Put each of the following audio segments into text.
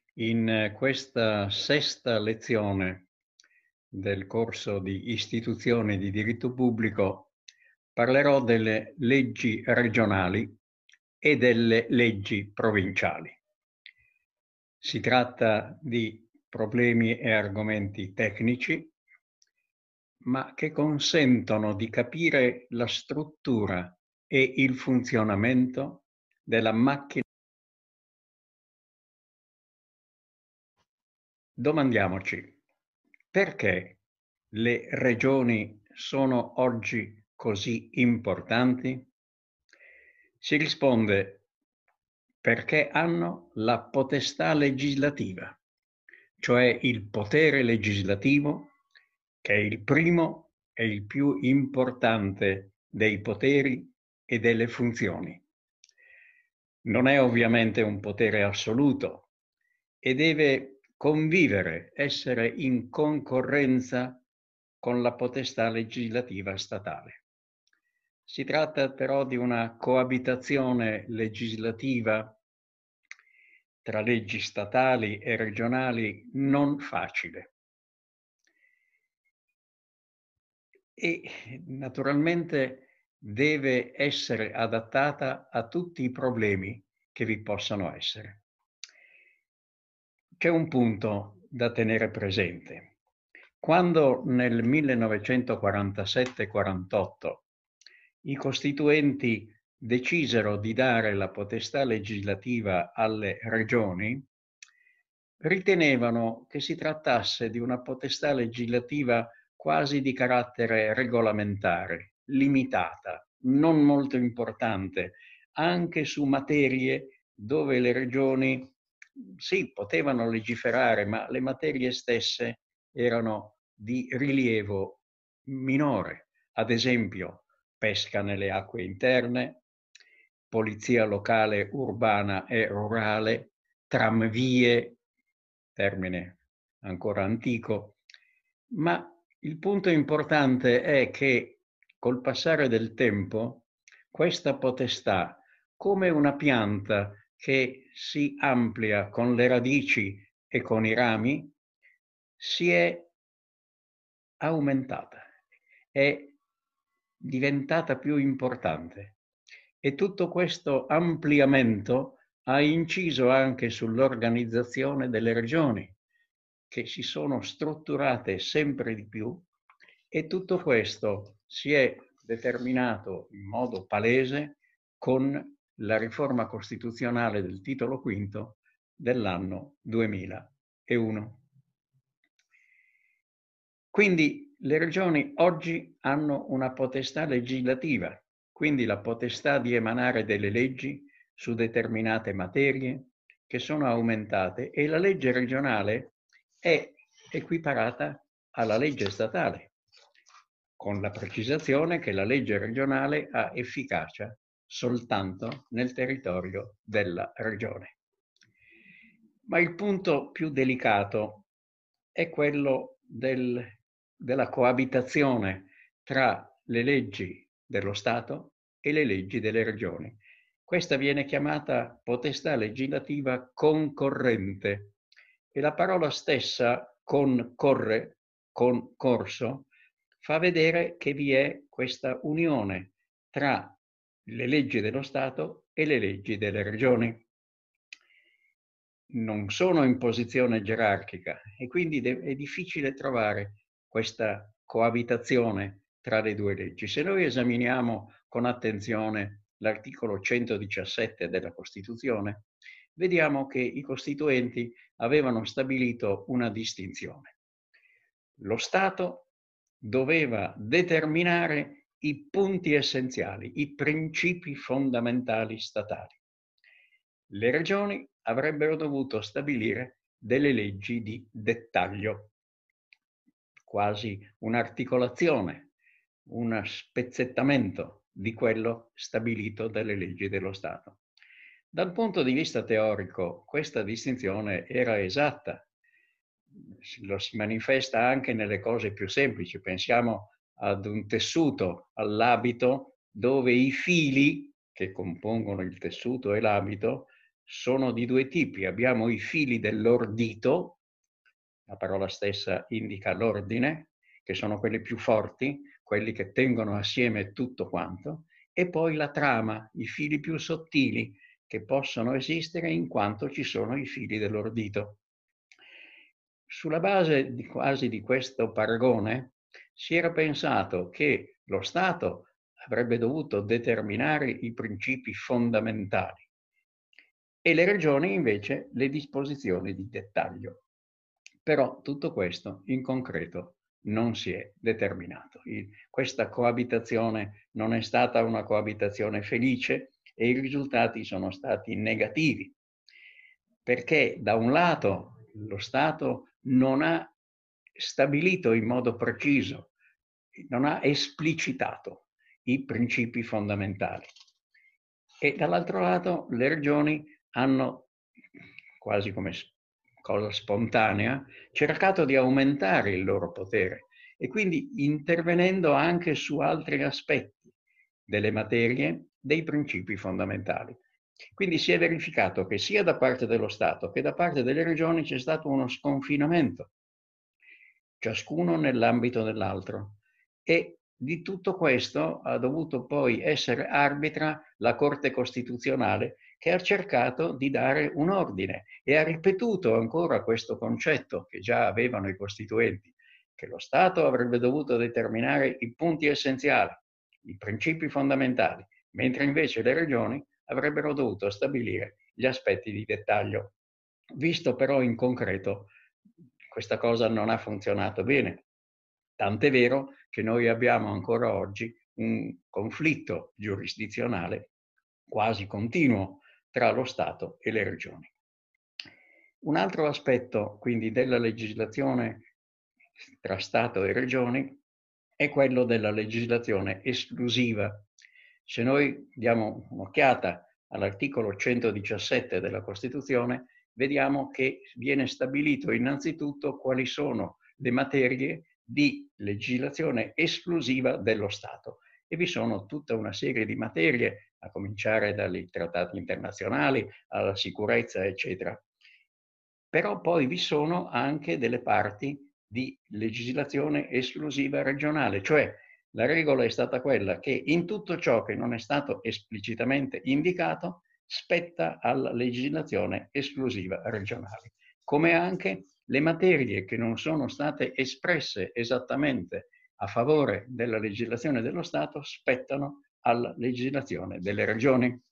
In questa sesta lezione del corso di Istituzioni di diritto pubblico parlerò delle leggi regionali e delle leggi provinciali. Si tratta di problemi e argomenti tecnici, ma che consentono di capire la struttura e il funzionamento della macchina. Domandiamoci, perché le regioni sono oggi così importanti? Si risponde perché hanno la potestà legislativa, cioè il potere legislativo, che è il primo e il più importante dei poteri e delle funzioni. Non è ovviamente un potere assoluto e deve convivere, essere in concorrenza con la potestà legislativa statale. Si tratta però di una coabitazione legislativa tra leggi statali e regionali non facile. E naturalmente deve essere adattata a tutti i problemi che vi possano essere. C'è un punto da tenere presente. Quando nel 1947-48 i costituenti decisero di dare la potestà legislativa alle regioni, ritenevano che si trattasse di una potestà legislativa quasi di carattere regolamentare, limitata, non molto importante, anche su materie dove le regioni sì, potevano legiferare, ma le materie stesse erano di rilievo minore. Ad esempio, pesca nelle acque interne, polizia locale urbana e rurale, tramvie, termine ancora antico, ma il punto importante è che col passare del tempo questa potestà, come una pianta che si amplia con le radici e con i rami, si è aumentata, è diventata più importante. E tutto questo ampliamento ha inciso anche sull'organizzazione delle regioni, che si sono strutturate sempre di più, e tutto questo si è determinato in modo palese con la riforma costituzionale del titolo V dell'anno 2001. Quindi le regioni oggi hanno una potestà legislativa, quindi la potestà di emanare delle leggi su determinate materie che sono aumentate, e la legge regionale è equiparata alla legge statale, con la precisazione che la legge regionale ha efficacia soltanto nel territorio della regione. Ma il punto più delicato è quello della coabitazione tra le leggi dello Stato e le leggi delle regioni. Questa viene chiamata potestà legislativa concorrente, e la parola stessa concorre, concorso, fa vedere che vi è questa unione tra le leggi dello Stato e le leggi delle regioni. Non sono in posizione gerarchica e quindi è difficile trovare questa coabitazione tra le due leggi. Se noi esaminiamo con attenzione l'articolo 117 della Costituzione, vediamo che i costituenti avevano stabilito una distinzione. Lo Stato doveva determinare i punti essenziali, i principi fondamentali statali. Le regioni avrebbero dovuto stabilire delle leggi di dettaglio, quasi un'articolazione, un spezzettamento di quello stabilito dalle leggi dello Stato. Dal punto di vista teorico, questa distinzione era esatta. Lo si manifesta anche nelle cose più semplici. Pensiamo ad un tessuto, all'abito, dove i fili che compongono il tessuto e l'abito sono di due tipi. Abbiamo i fili dell'ordito, la parola stessa indica l'ordine, che sono quelli più forti, quelli che tengono assieme tutto quanto, e poi la trama, i fili più sottili che possono esistere in quanto ci sono i fili dell'ordito. Sulla base quasi di questo paragone si era pensato che lo Stato avrebbe dovuto determinare i principi fondamentali e le regioni invece le disposizioni di dettaglio. Però tutto questo in concreto non si è determinato. Questa coabitazione non è stata una coabitazione felice e i risultati sono stati negativi, perché da un lato lo Stato non ha stabilito in modo preciso, non ha esplicitato i principi fondamentali. E dall'altro lato le regioni hanno, quasi come cosa spontanea, cercato di aumentare il loro potere e quindi intervenendo anche su altri aspetti delle materie, dei principi fondamentali. Quindi si è verificato che sia da parte dello Stato che da parte delle regioni c'è stato uno sconfinamento, ciascuno nell'ambito dell'altro. E di tutto questo ha dovuto poi essere arbitra la Corte Costituzionale, che ha cercato di dare un ordine e ha ripetuto ancora questo concetto che già avevano i costituenti, che lo Stato avrebbe dovuto determinare i punti essenziali, i principi fondamentali, mentre invece le regioni avrebbero dovuto stabilire gli aspetti di dettaglio. Visto però in concreto, questa cosa non ha funzionato bene. Tant'è vero che noi abbiamo ancora oggi un conflitto giurisdizionale quasi continuo tra lo Stato e le regioni. Un altro aspetto, quindi, della legislazione tra Stato e regioni è quello della legislazione esclusiva. Se noi diamo un'occhiata all'articolo 117 della Costituzione, vediamo che viene stabilito innanzitutto quali sono le materie di legislazione esclusiva dello Stato. E vi sono tutta una serie di materie, a cominciare dai trattati internazionali alla sicurezza, eccetera. Però poi vi sono anche delle parti di legislazione esclusiva regionale, cioè la regola è stata quella che in tutto ciò che non è stato esplicitamente indicato spetta alla legislazione esclusiva regionale, come anche le materie che non sono state espresse esattamente a favore della legislazione dello Stato spettano alla legislazione delle regioni.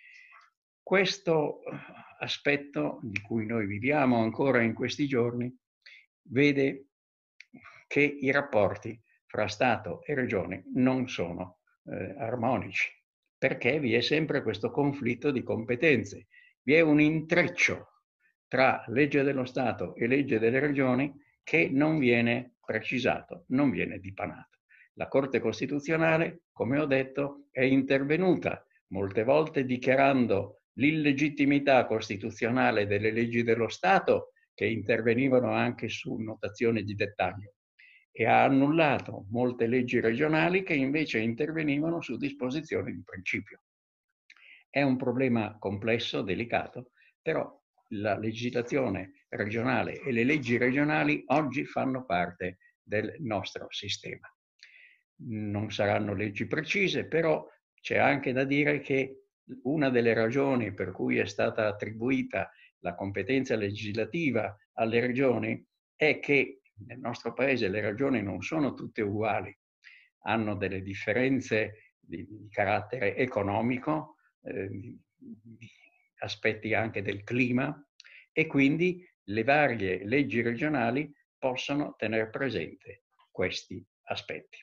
Questo aspetto di cui noi viviamo ancora in questi giorni vede che i rapporti fra Stato e regioni non sono armonici, perché vi è sempre questo conflitto di competenze. Vi è un intreccio tra legge dello Stato e legge delle regioni che non viene precisato, non viene dipanato. La Corte Costituzionale, come ho detto, è intervenuta molte volte dichiarando l'illegittimità costituzionale delle leggi dello Stato che intervenivano anche su notazioni di dettaglio e ha annullato molte leggi regionali che invece intervenivano su disposizioni di principio. È un problema complesso, delicato, però la legislazione regionale e le leggi regionali oggi fanno parte del nostro sistema. Non saranno leggi precise, però c'è anche da dire che una delle ragioni per cui è stata attribuita la competenza legislativa alle regioni è che nel nostro paese le regioni non sono tutte uguali, hanno delle differenze di carattere economico, di aspetti anche del clima e quindi le varie leggi regionali possono tenere presente questi aspetti.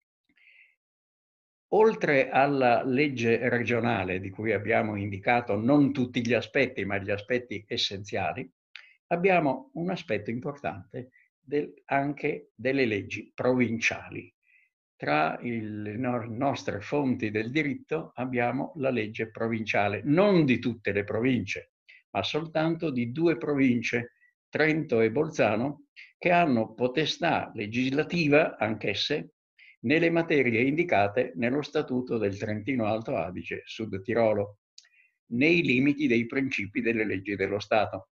Oltre alla legge regionale, di cui abbiamo indicato non tutti gli aspetti, ma gli aspetti essenziali, abbiamo un aspetto importante anche delle leggi provinciali. Tra le nostre fonti del diritto abbiamo la legge provinciale, non di tutte le province, ma soltanto di 2 province, Trento e Bolzano, che hanno potestà legislativa, anch'esse, nelle materie indicate nello Statuto del Trentino Alto Adige Sud Tirolo. nei limiti dei principi delle leggi dello Stato.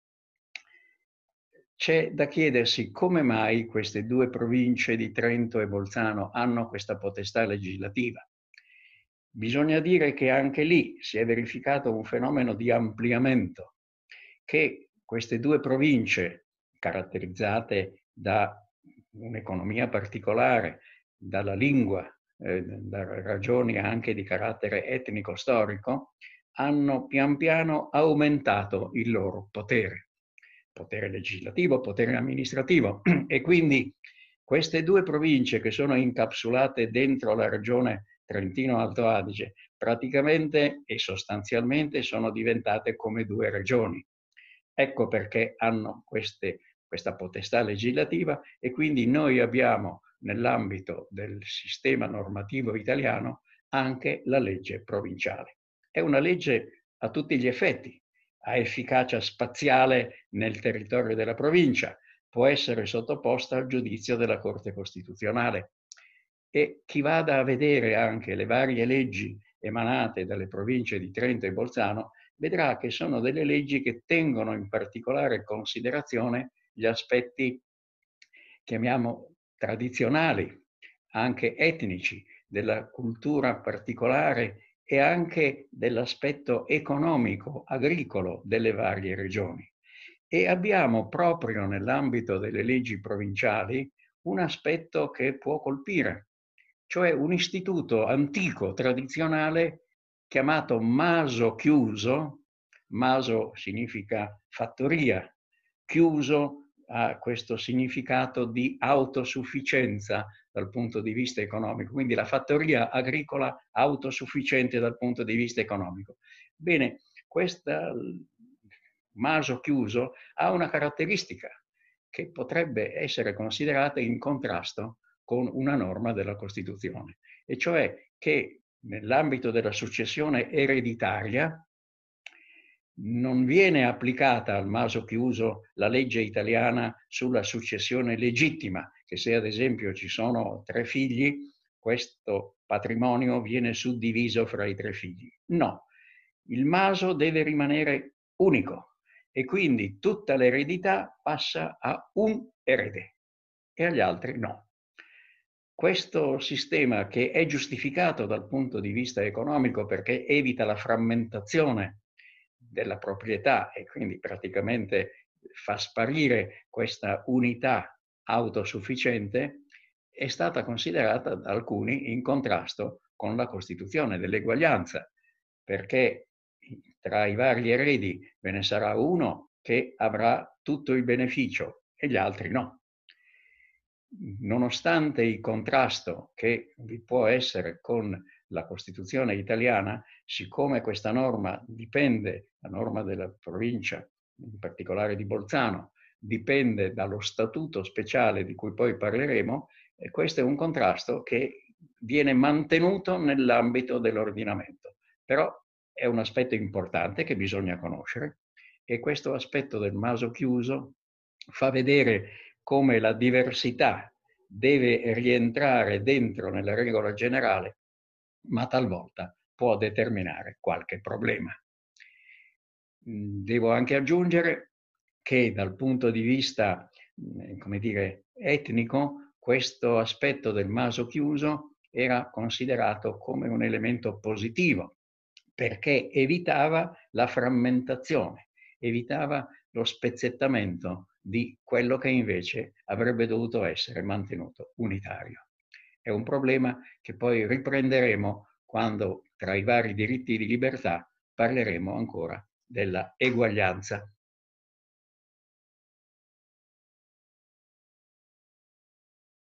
C'è da chiedersi come mai queste due province di Trento e Bolzano hanno questa potestà legislativa. Bisogna dire che anche lì si è verificato un fenomeno di ampliamento, che queste due province, caratterizzate da un'economia particolare, dalla lingua, da ragioni anche di carattere etnico-storico, hanno pian piano aumentato il loro potere legislativo, potere amministrativo, e quindi queste due province che sono incapsulate dentro la regione Trentino-Alto Adige praticamente e sostanzialmente sono diventate come due regioni. Ecco perché hanno questa potestà legislativa, e quindi noi abbiamo nell'ambito del sistema normativo italiano anche la legge provinciale. È una legge a tutti gli effetti, ha efficacia spaziale nel territorio della provincia, può essere sottoposta al giudizio della Corte Costituzionale, e chi vada a vedere anche le varie leggi emanate dalle province di Trento e Bolzano vedrà che sono delle leggi che tengono in particolare considerazione gli aspetti, chiamiamo, tradizionali, anche etnici, della cultura particolare e anche dell'aspetto economico, agricolo delle varie regioni. E abbiamo proprio nell'ambito delle leggi provinciali un aspetto che può colpire, cioè un istituto antico, tradizionale, chiamato maso chiuso. Maso significa fattoria, chiuso ha questo significato di autosufficienza dal punto di vista economico, quindi la fattoria agricola autosufficiente dal punto di vista economico. Bene, questo maso chiuso ha una caratteristica che potrebbe essere considerata in contrasto con una norma della Costituzione, e cioè che nell'ambito della successione ereditaria non viene applicata al maso chiuso la legge italiana sulla successione legittima, che se ad esempio ci sono 3 figli, questo patrimonio viene suddiviso fra i 3 figli. No, il maso deve rimanere unico e quindi tutta l'eredità passa a un erede e agli altri no. Questo sistema, che è giustificato dal punto di vista economico perché evita la frammentazione della proprietà e quindi praticamente fa sparire questa unità autosufficiente, è stata considerata da alcuni in contrasto con la Costituzione dell'eguaglianza, perché tra i vari eredi ve ne sarà uno che avrà tutto il beneficio e gli altri no. Nonostante il contrasto che vi può essere con la Costituzione italiana, siccome questa norma dipende, la norma della provincia, in particolare di Bolzano, dipende dallo statuto speciale di cui poi parleremo, e questo è un contrasto che viene mantenuto nell'ambito dell'ordinamento. Però è un aspetto importante che bisogna conoscere, e questo aspetto del maso chiuso fa vedere come la diversità deve rientrare dentro nella regola generale, ma talvolta può determinare qualche problema. Devo anche aggiungere che dal punto di vista, come dire, etnico, questo aspetto del maso chiuso era considerato come un elemento positivo, perché evitava la frammentazione, evitava lo spezzettamento di quello che invece avrebbe dovuto essere mantenuto unitario. È un problema che poi riprenderemo quando, tra i vari diritti di libertà, parleremo ancora della eguaglianza.